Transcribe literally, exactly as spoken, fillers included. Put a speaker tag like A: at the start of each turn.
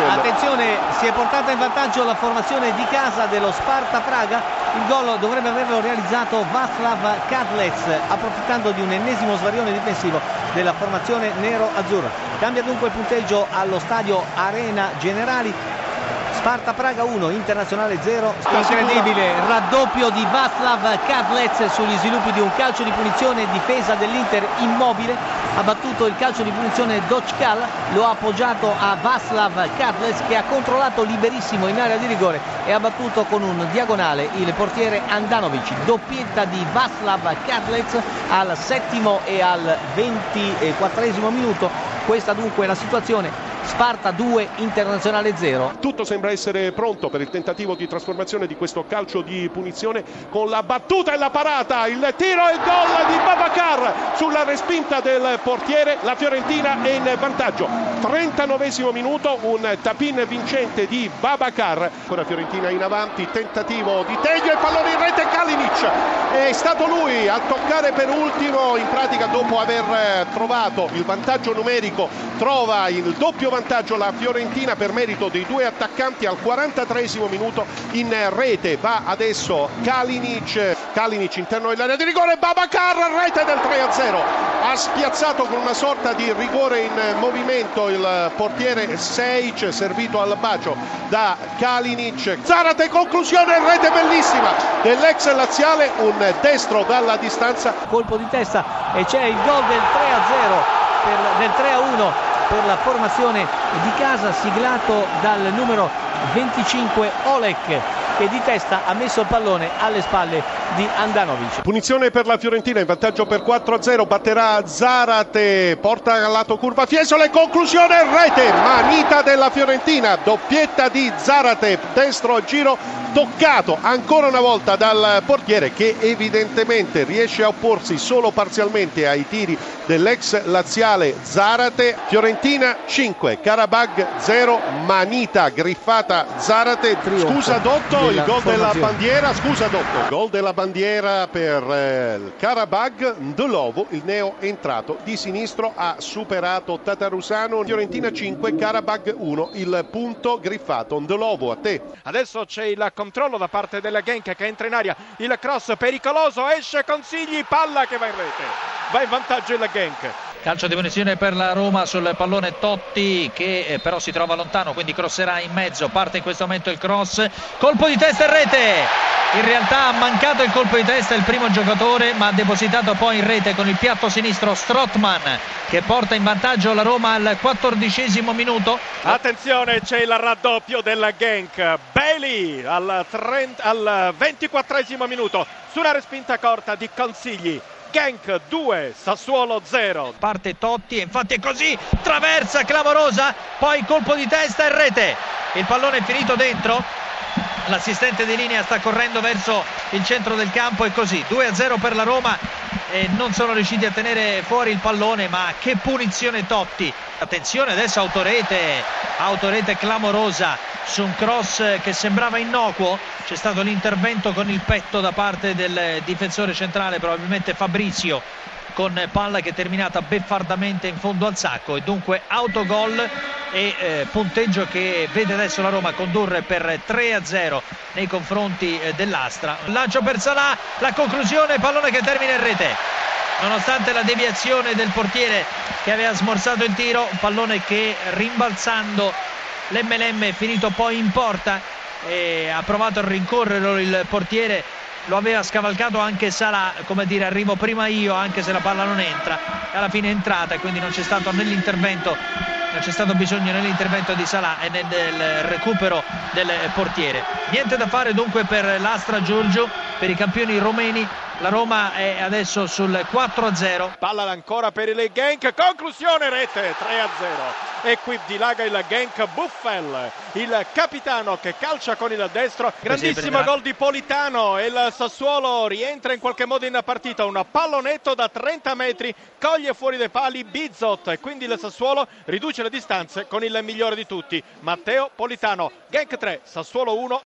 A: Attenzione, si è portata in vantaggio la formazione di casa dello Sparta Praga. Il gol dovrebbe averlo realizzato Václav Kadlec, approfittando di un ennesimo svarione difensivo della formazione nero-azzurra. Cambia dunque il punteggio allo stadio Arena Generali. Sparta Praga uno, Internazionale zero. Incredibile, raddoppio di Václav Kadlec sugli sviluppi di un calcio di punizione, difesa dell'Inter immobile, ha battuto il calcio di punizione Dočkal, lo ha appoggiato a Václav Kadlec che ha controllato liberissimo in area di rigore e ha battuto con un diagonale il portiere Handanovic. Doppietta di Václav Kadlec al settimo e al ventiquattresimo minuto. Questa dunque è la situazione. Sparta due, Internazionale zero.
B: Tutto sembra essere pronto per il tentativo di trasformazione di questo calcio di punizione con la battuta e la parata, il tiro e il gol di Babacar sulla respinta del portiere. La Fiorentina è in vantaggio. trentanovesimo minuto, un tap-in vincente di Babacar. Ancora Fiorentina in avanti, tentativo di Teglio e pallone in rete. Kalinic è stato lui a toccare per ultimo, in pratica dopo aver trovato il vantaggio numerico trova il doppio vantaggio la Fiorentina per merito dei due attaccanti al quarantatreesimo minuto. In rete va adesso Kalinic, Kalinic interno dell'area di rigore, Babacar, rete del tre a zero. Ha spiazzato con una sorta di rigore in movimento il portiere Sejc, servito al bacio da Kalinic. Zarate, conclusione, rete bellissima dell'ex laziale, un destro dalla distanza.
A: Colpo di testa e c'è il gol del tre a zero, per, del tre a uno per la formazione di casa, siglato dal numero venticinque Olek, che di testa ha messo il pallone alle spalle di Handanovic.
B: Punizione per la Fiorentina, in vantaggio per quattro a zero, batterà Zarate, porta al lato curva Fiesole, conclusione, rete, manita della Fiorentina, doppietta di Zarate, destro a giro, toccato ancora una volta dal portiere che evidentemente riesce a opporsi solo parzialmente ai tiri dell'ex laziale Zarate. Fiorentina cinque, Qarabag zero, manita griffata Zarate. Scusa Dotto, il gol della bandiera, scusa Dotto, gol della bandiera per eh, Qarabag. Ndlovu, il neo entrato di sinistro, ha superato Tatarusanu. Fiorentina cinque, Qarabag uno, il punto griffato. Ndlovu, a te.
C: Adesso c'è il controllo da parte della Genk che entra in aria, il cross pericoloso, esce Consigli, palla che va in rete, va in vantaggio il Genk.
D: Calcio di punizione per la Roma sul pallone Totti, che eh, però si trova lontano, quindi crosserà in mezzo. Parte in questo momento il cross, colpo di testa e rete. In realtà ha mancato il colpo di testa il primo giocatore, ma ha depositato poi in rete con il piatto sinistro Strootman, che porta in vantaggio la Roma al quattordicesimo minuto.
C: Attenzione, c'è il raddoppio della Genk. Bailey al, trenta, al ventiquattresimo minuto su una respinta corta di Consigli. Genk due, Sassuolo zero.
D: Parte Totti e infatti è così, traversa clamorosa, poi colpo di testa e rete. Il pallone è finito dentro, l'assistente di linea sta correndo verso il centro del campo e così due a zero per la Roma, e non sono riusciti a tenere fuori il pallone, ma che punizione Totti. Attenzione adesso, autorete, autorete clamorosa su un cross che sembrava innocuo. C'è stato l'intervento con il petto da parte del difensore centrale, probabilmente Fabrizio, con palla che è terminata beffardamente in fondo al sacco, e dunque autogol e eh, punteggio che vede adesso la Roma condurre per tre a zero nei confronti eh, dell'Astra. Lancio per Salah, la conclusione, pallone che termina in rete. Nonostante la deviazione del portiere che aveva smorzato il tiro, un pallone che rimbalzando l'emme emme è finito poi in porta, e ha provato a rincorrerlo il portiere, lo aveva scavalcato anche Salah, come dire arrivo prima io anche se la palla non entra, e alla fine è entrata, e quindi non c'è stato nell'intervento non c'è stato bisogno nell'intervento di Salah e nel, nel recupero del portiere. Niente da fare dunque per l'Astra Giurgiu, per i campioni romeni. La Roma è adesso sul quattro a zero.
C: Palla ancora per il Genk, conclusione, rete, tre a zero. E qui dilaga il Genk. Buffel, il capitano che calcia con il destro. Grandissimo gol di Politano, e il Sassuolo rientra in qualche modo in partita. Un pallonetto da trenta metri, coglie fuori dai pali Bizot, e quindi il Sassuolo riduce le distanze con il migliore di tutti, Matteo Politano. Genk tre, Sassuolo uno.